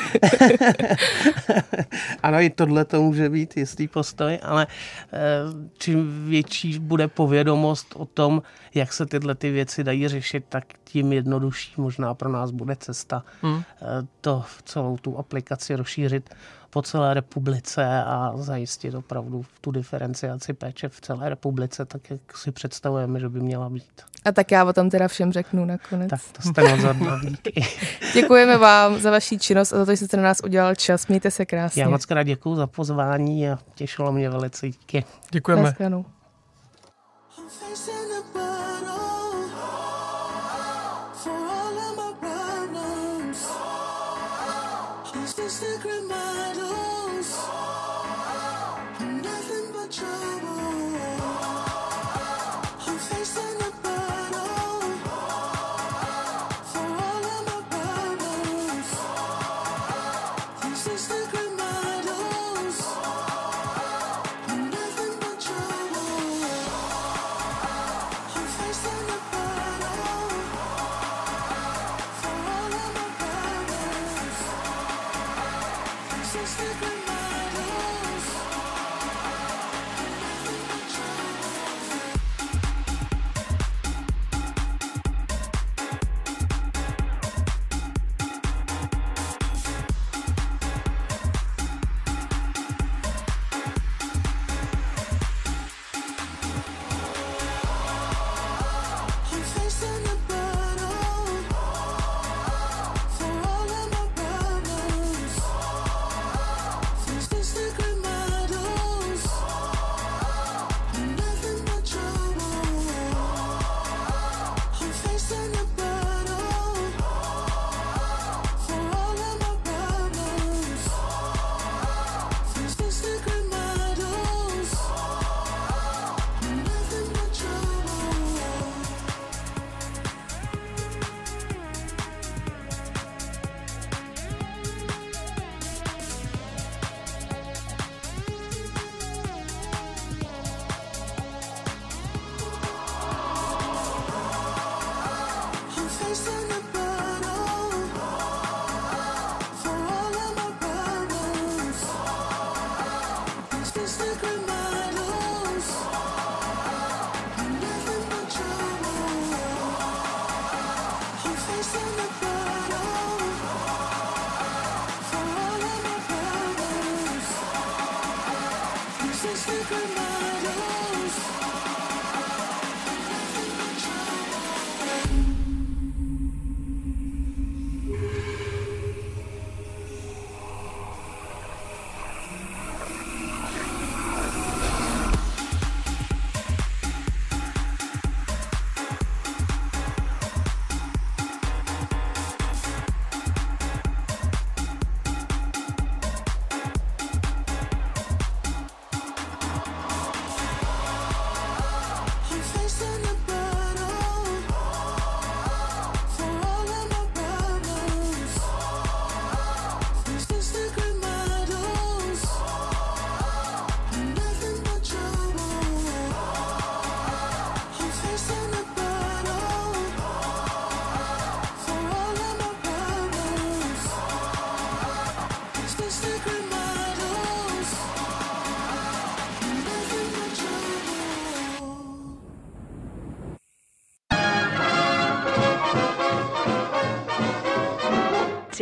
Ano, i tohle to může být jistý postoj, ale čím větší bude povědomost o tom, jak se tyhle ty věci dají řešit, tak tím jednodušší možná pro nás bude cesta to celou tu aplikaci rozšířit po celé republice a zajistit opravdu tu diferenciaci péče v celé republice, tak jak si představujeme, že by měla být. A tak já o tom teda všem řeknu nakonec. Tak to jste moc hodná, díky. Děkujeme vám za vaši činnost a za to, že jste na nás udělal čas. Mějte se krásně. Já moc krát děkuju za pozvání a těšilo mě velice. Díky. Děkujeme. Naschledanou.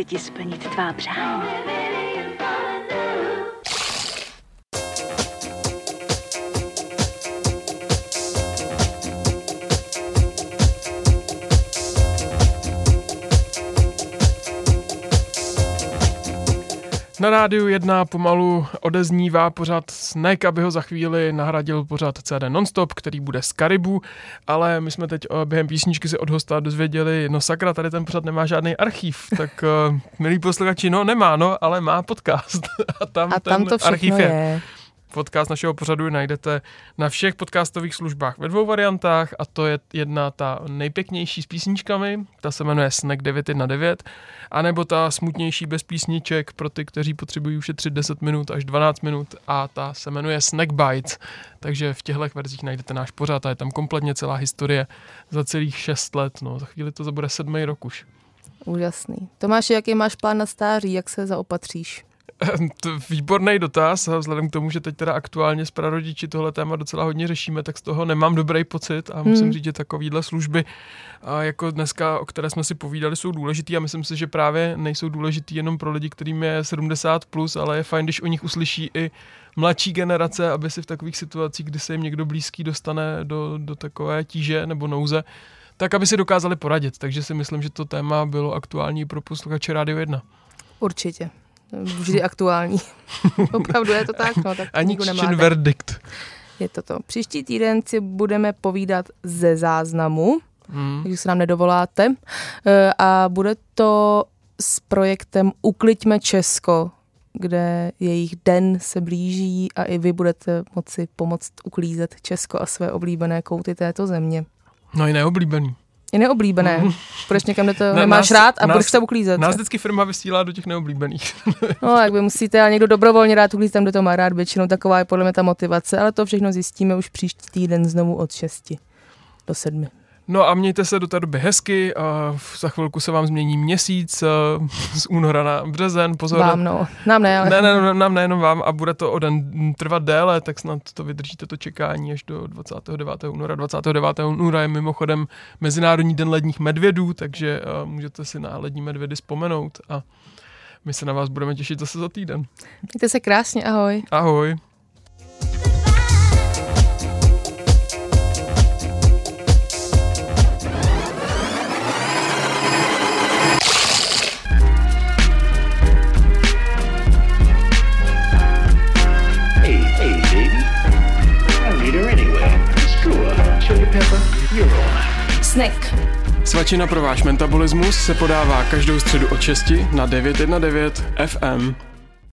chci ti splnit tvá přání. Na Rádiu 1 pomalu odeznívá pořad Snack, aby ho za chvíli nahradil pořad CD Nonstop, který bude z Karibu, ale my jsme teď během písničky si od hosta dozvěděli, no sakra, tady ten pořad nemá žádný archiv, tak milí posluchači, no nemá, no, ale má podcast a tam to archiv je. Podcast našeho pořadu najdete na všech podcastových službách ve 2 variantách a to je jedna ta nejpěknější s písničkami, ta se jmenuje Snack 919, anebo ta smutnější bez písniček pro ty, kteří potřebují ušetřit 10 minut až 12 minut a ta se jmenuje Snack Bites. Takže v těchto verzích najdete náš pořad a je tam kompletně celá historie za celých 6 let. No, za chvíli to bude 7. rok už. Úžasný. Tomáši, jaký máš plán na stáří, jak se zaopatříš? Výborný dotaz, a vzhledem k tomu, že teď teda aktuálně s prarodiči tohle téma docela hodně řešíme, tak z toho nemám dobrý pocit a musím říct, že takovýhle služby, a jako dneska, o které jsme si povídali, jsou důležitý a myslím si, že právě nejsou důležitý jenom pro lidi, kterým je 70+, ale je fajn, když o nich uslyší i mladší generace, aby si v takových situacích, kdy se jim někdo blízký dostane do takové tíže nebo nouze, tak aby si dokázali poradit. Takže si myslím, že to téma bylo aktuální pro posluchače Rádio 1. Určitě. Vždy aktuální. Opravdu je to tak. No, tak ani verdikt. Je to. Příští týden si budeme povídat ze záznamu, takže se nám nedovoláte. A bude to s projektem Ukliďme Česko, kde jejich den se blíží a i vy budete moci pomoct uklízet Česko a své oblíbené kouty této země. No i neoblíbený. Je neoblíbené. Půjdeš někam, kde to nemáš rád a budeš tam uklízet. Nás vždycky firma vysílá do těch neoblíbených. No, jak vy musíte, ale někdo dobrovolně rád uklízet tam, kde to má rád, většinou taková je podle mě ta motivace, ale to všechno zjistíme už příští týden znovu od 6 do 7. No a mějte se do té doby hezky a za chvilku se vám změní měsíc z února na březen, pozor. Vám no, nám ne, ale... Ne, nám nejenom vám a bude to o den trvat déle, tak snad to vydržíte to čekání až do 29. února. 29. února je mimochodem Mezinárodní den ledních medvědů, takže můžete si na lední medvědy vzpomenout a my se na vás budeme těšit zase za týden. Mějte se krásně, ahoj. Ahoj. Snack. Svačina pro váš metabolismus se podává každou středu od 6 na 919 FM.